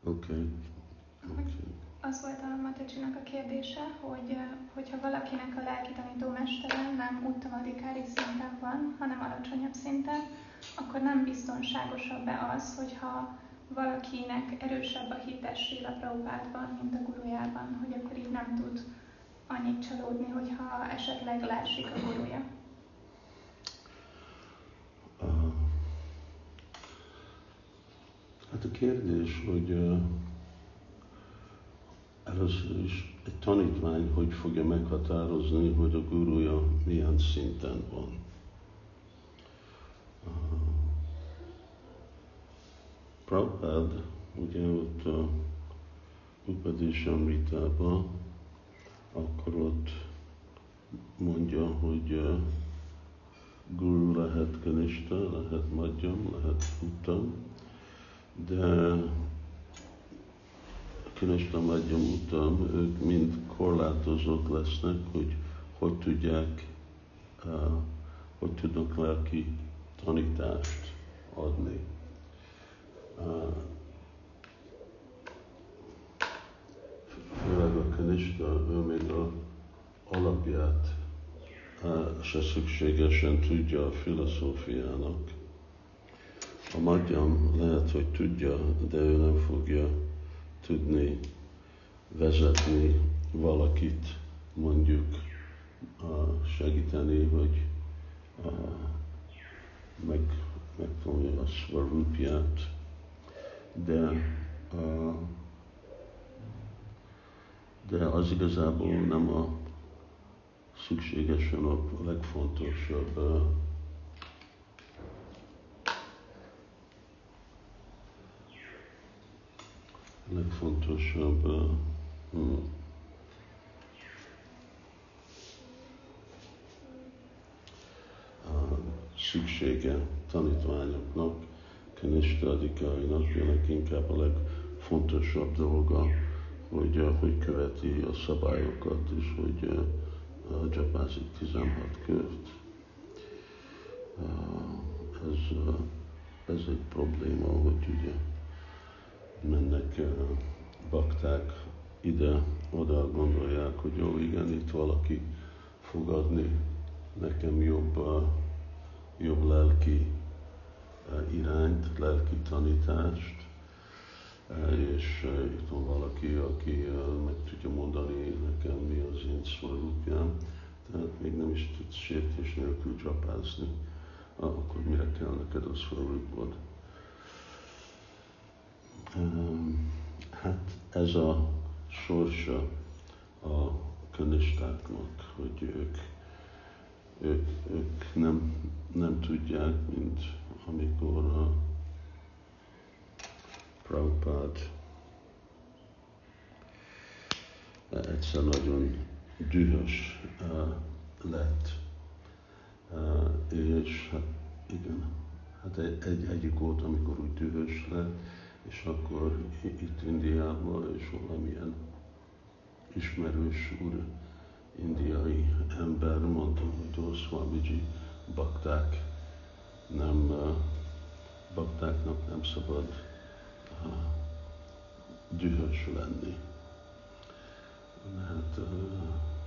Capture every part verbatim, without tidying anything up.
Oké. Okay. Okay. Az volt a Matecsinak a kérdése, hogy hogyha valakinek a lelki tanítómestere nem uttama-adhikári szinten van, hanem alacsonyabb szinten, akkor nem biztonságosabb-e az, hogyha valakinek erősebb a hite Srila Prabhupádban, mint a gurujában, hogy akkor így nem tud annyit csalódni, hogyha esetleg leesik a guruja? Uh, hát a kérdés, hogy uh, először is egy tanítvány hogy fogja meghatározni, hogy a guruja milyen szinten van. Uh, Prabhupád, ugye ott a Upadésamritában, akkor ott mondja, hogy uh, guru lehet kanista, lehet madhyam, lehet uttam, de kanista, madhyam, uttam, ők mind korlátozók lesznek, hogy hogy tudják, uh, hogy tudnak lelki tanítást adni. Uh, főleg a kanista, ő még a alapját uh, se szükségesen tudja a filozófiának. A madhyam lehet, hogy tudja, de ő nem fogja tudni vezetni valakit, mondjuk uh, segíteni, hogy uh, meg, megtanulja a svarupját, de, uh, de az igazából nem a szükségesen a legfontosabb uh, legfontosabb uh, hmm, uh, szüksége tanítványoknak, kanista adhikárinak, ennek inkább a legfontosabb dolga, hogy uh, hogy követi a szabályokat, és hogy uh, uh, dzsapázik tizenhat kört. Uh, ez, uh, ez egy probléma, hogy ugye mennek uh, bakták ide, oda gondolják, hogy jó, igen, itt valaki fog adni nekem jobb, uh, jobb lelki uh, irányt, lelki tanítást, uh, és uh, itt van valaki, aki uh, meg tudja mondani nekem, mi az én svarupjám, tehát még nem is tudsz sértés nélkül csapázni, uh, akkor mire kell neked a svarupod? Um, hát ez a sorsa a kanistáknak, hogy ők, ők, ők nem, nem tudják, mint amikor a Prabhupád egyszer nagyon dühös uh, lett, uh, és hát igen, hát egy, egy, egyik volt, amikor úgy dühös lett, és akkor itt Indiában, és valamilyen ismerős úr, indiai ember mondta, hogy ó, Swamiji, bakták nem, baktáknak nem szabad uh, dühös lenni. Hát uh,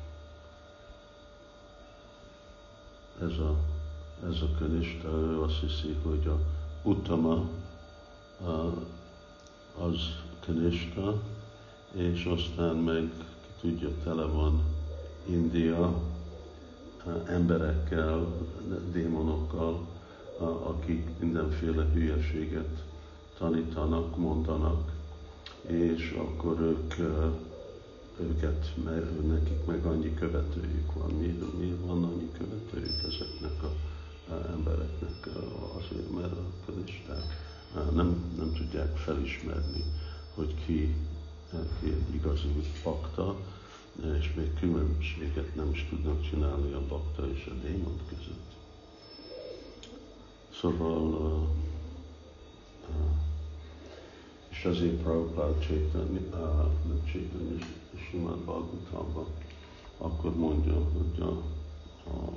ez a, ez a kanista, ő azt hiszi, hogy a uttama uh, az kanista, és aztán meg ki tudja, tele van India uh, emberekkel, démonokkal, uh, akik mindenféle hülyeséget tanítanak, mondanak, és akkor ők, uh, őket, nekik meg annyi követőjük van. Miért, miért van annyi követőjük ezeknek a, a embereknek? Azért, mert a kanisták nem, nem tudják felismerni, hogy ki, ki egy igazi bakta, és még különbséget nem is tudnak csinálni a bakta és a démon között. Szóval uh, uh, és ezért Prabhupád Chaitanya, uh, nem Chaitanya, Srimad Bhagavatamban akkor mondja, hogy a, a,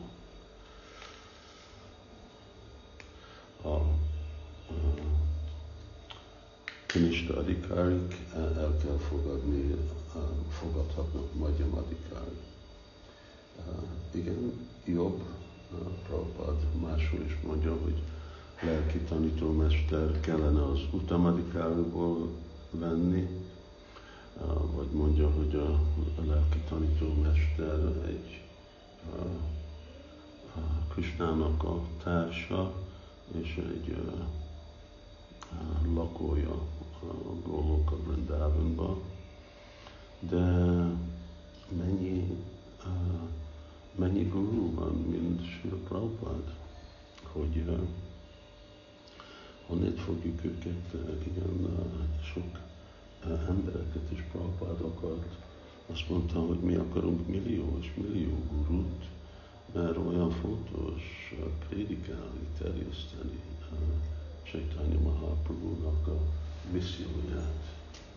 a, a Kanishta Adhikárik el kell fogadni, fogadhatnak Madhyam Adhikárik. Igen, jobb, Prabhupád máshol is mondja, hogy lelki tanítómester kellene az Uttam Adhikárikból venni, vagy mondja, hogy a, a lelki tanítómester egy a, a Krisnának a társa, és egy a, a lakója a Goloka Vrindavanba. De mennyi, a, mennyi guru van, mint Srila Prabhupád, hogy uh, honnét fogjuk őket, uh, igen, uh, sok uh, embereket is Prabhupád akart. Azt mondta, hogy mi akarunk millió és millió gurut, mert olyan fontos uh, prédikálni, terjeszteni uh, Chaitanya Mahaprabhunak a misszióját.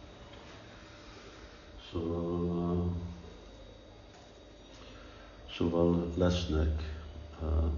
Szóval, uh, szóval lesznek, uh,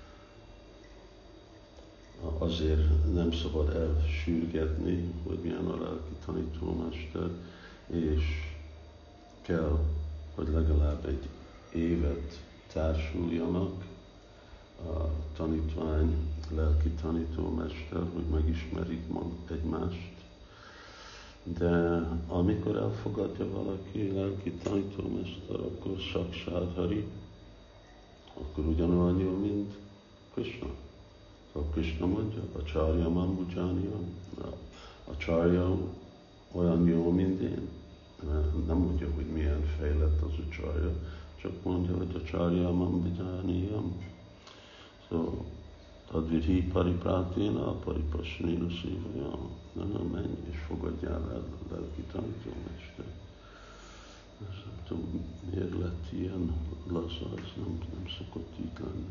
azért nem szabad elsürgetni, hogy milyen a lelki tanítómester, és kell, hogy legalább egy évet társuljanak a tanítvány, lelki tanítómester, hogy megismerik egymást. De amikor elfogadja valaki lelki tanítómester, akkor Saksádhari, akkor ugyanolyan jó, mint Krishna. Szóval Krishna mondja, a Acharya Mambujániyam, a Acharya olyan jó, mint én. Nem mondja, hogy milyen fejlett az Acharya, csak mondja, hogy Acharya Mambujániyam. Szóval Tadvidhi Paripráténa, Paripasnina Szívajam. Na, na, menj és fogadjál el a lelki tanítómester. Nem tudom, miért lett ilyen laza, ez nem, nem szokott így lenni.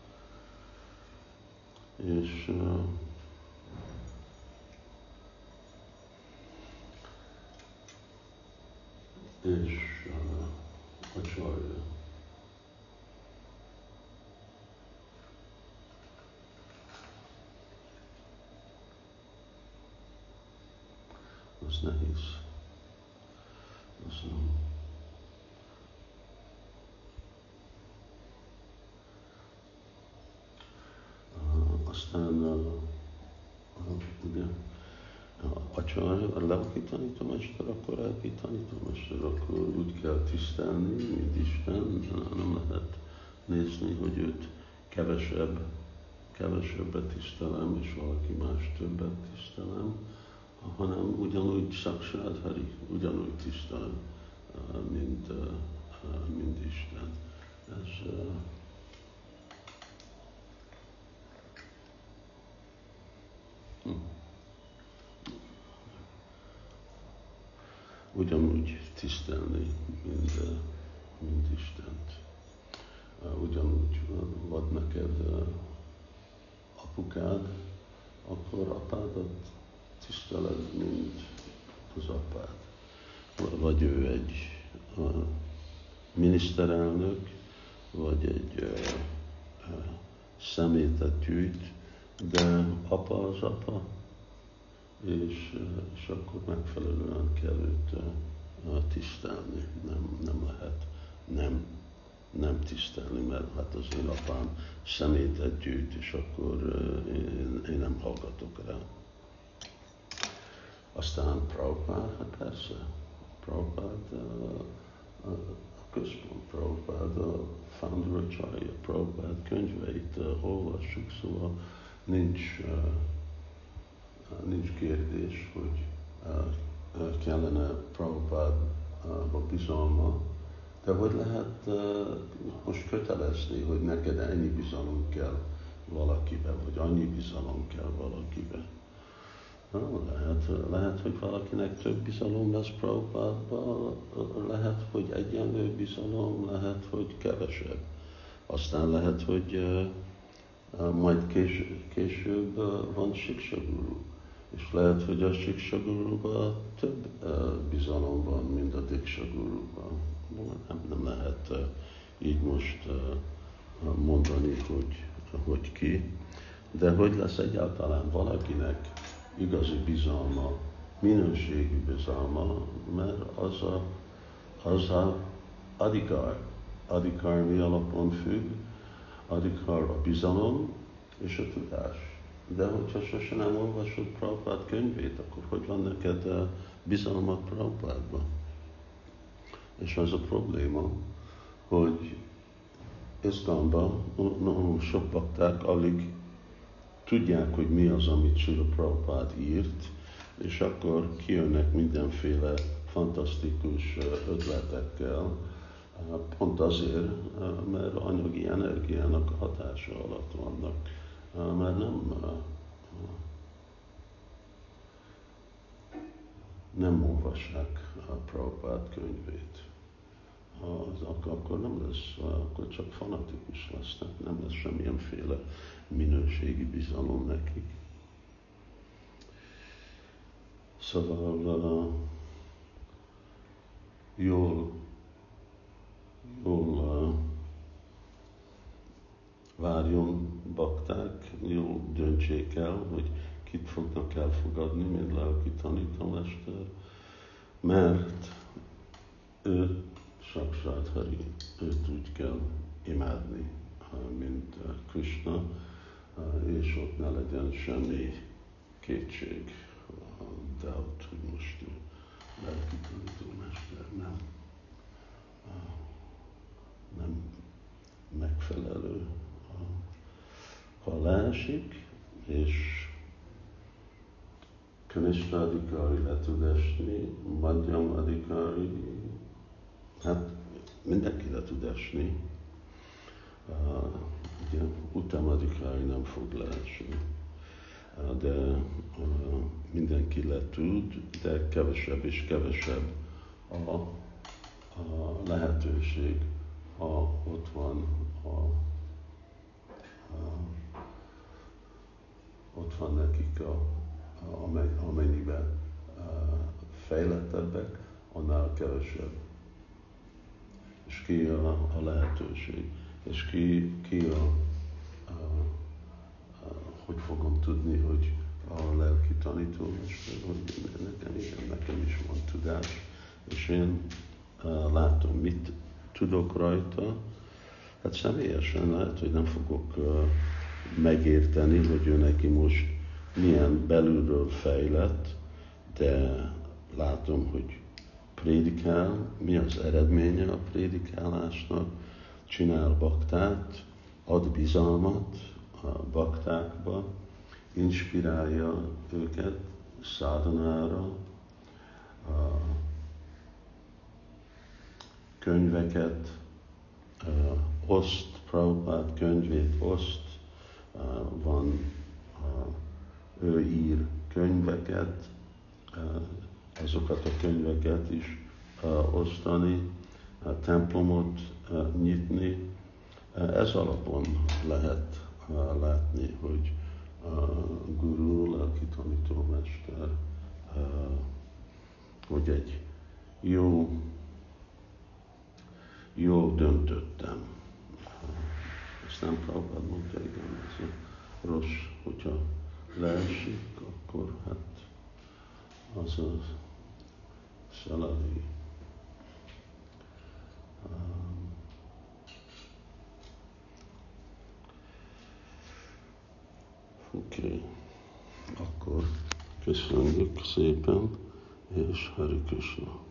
És uh, és uh, Acharya. Az nehéz. Az nem. Uh, aztán uh, uh, ugye, a Acharya, a lelki tanítómester, akkor lelki tanítómester, akkor úgy kell tisztelni, mint Isten, nem lehet nézni, hogy őt kevesebb, kevesebbet tisztelem, és valaki más többet tisztelem, hanem ugyanúgy Saksádhari, ugyanúgy tisztelem, mint, mint Isten. Ez, hm. Ugyanúgy tisztelni, mint, mint Istent. Ugyanúgy van neked apukád, akkor apádat tiszteled, mint az apád. Vagy ő egy uh, miniszterelnök, vagy egy uh, uh, szemétet gyűjt, de apa az apa, és, uh, és akkor megfelelően kell őt uh, tisztelni. Nem, nem lehet nem, nem tisztelni, mert hát az én apám szemétet gyűjt, és akkor uh, én, én nem hallgatok rá. Aztán Prabhupád, hát persze, Prabhupád a, a központ, Prabhupád a founder Acharya, Prabhupád könyveit uh, olvassuk, szóval nincs, uh, nincs kérdés, hogy uh, kellene Prabhupádba bizalma, de hogy lehet uh, most kötelezni, hogy neked ennyi bizalom kell valakibe, vagy annyi bizalom kell valakibe. No, lehet, lehet, hogy valakinek több bizalom lesz Prabhupádban, lehet, hogy egyenlő bizalom, lehet, hogy kevesebb. Aztán lehet, hogy uh, majd kés, később uh, van Siksa Guru, és lehet, hogy a Siksa Guruban több uh, bizalom van, mint a Diksha Guruban. Nem, nem lehet uh, így most uh, mondani, hogy, hogy ki, de hogy lesz egyáltalán valakinek igazi bizalma minőségi bizalma, mert az a, az a adhikar. Adhikar mi alapon függ? Adhikar a bizalom és a tudás. De hogyha sose nem olvasod Prabhupád könyvét, akkor hogy van neked bizalmat Prabhupádban? És az a probléma, hogy Isztánban nagyon sok bakták alig tudják, hogy mi az, amit Srila Prabhupád írt, és akkor kijönnek mindenféle fantasztikus ötletekkel, pont azért, mert anyagi energiának a hatása alatt vannak, mert nem, nem olvassák a Prabhupád könyvét. Az, akkor nem lesz, akkor csak fanatikus lesznek, nem lesz semmilyenféle minőségi bizalom nekik. Szóval uh, jól, jól uh, várjon bakták, jól döntsék el, hogy kit fognak elfogadni, mint lelki tanítómester, mert ő Saksát Hari, őt úgy kell imádni, mint Krishna, és ott ne legyen semmi kétség, de ott, hogy most ő lelki tanítómester nem, nem megfelelő. Ha leesik, és Kanishta Adhikari le tud esni, Madhyam Adhikari, hát mindenki le tud esni, uh, ugye Uttam Adhikari nem fog leesni, uh, de uh, mindenki le tud, de kevesebb és kevesebb a, a lehetőség, ha ott van a, a ott van nekik a, a, amennyiben a fejlettebbek, annál kevesebb. És ki a, a lehetőség, és ki, ki a, a, a, hogy fogom tudni, hogy a lelki tanítómester, hogy nekem, igen, nekem is van tudás, és én uh, látom, mit tudok rajta. Hát személyesen lehet, hogy nem fogok uh, megérteni, hogy ő neki most milyen belülről fejlett, de látom, hogy prédikál, mi az eredménye a prédikálásnak, csinál baktát, ad bizalmat a baktákba, inspirálja őket szádhanára, a könyveket uh, oszt, Prabhupád könyvét oszt, uh, van, uh, ő ír könyveket, uh, azokat a könyveket is uh, osztani, a templomot uh, nyitni. Uh, ez alapon lehet uh, látni, hogy a uh, guru, lelki tanítómester, uh, hogy egy jó, jól döntöttem. Uh, ezt nem Prabhupád mondta, igen, ez a rossz, hogyha leesik, akkor hát az a szelali. Um, Oké, okay. Akkor köszönjük szépen, és Hari Krishna.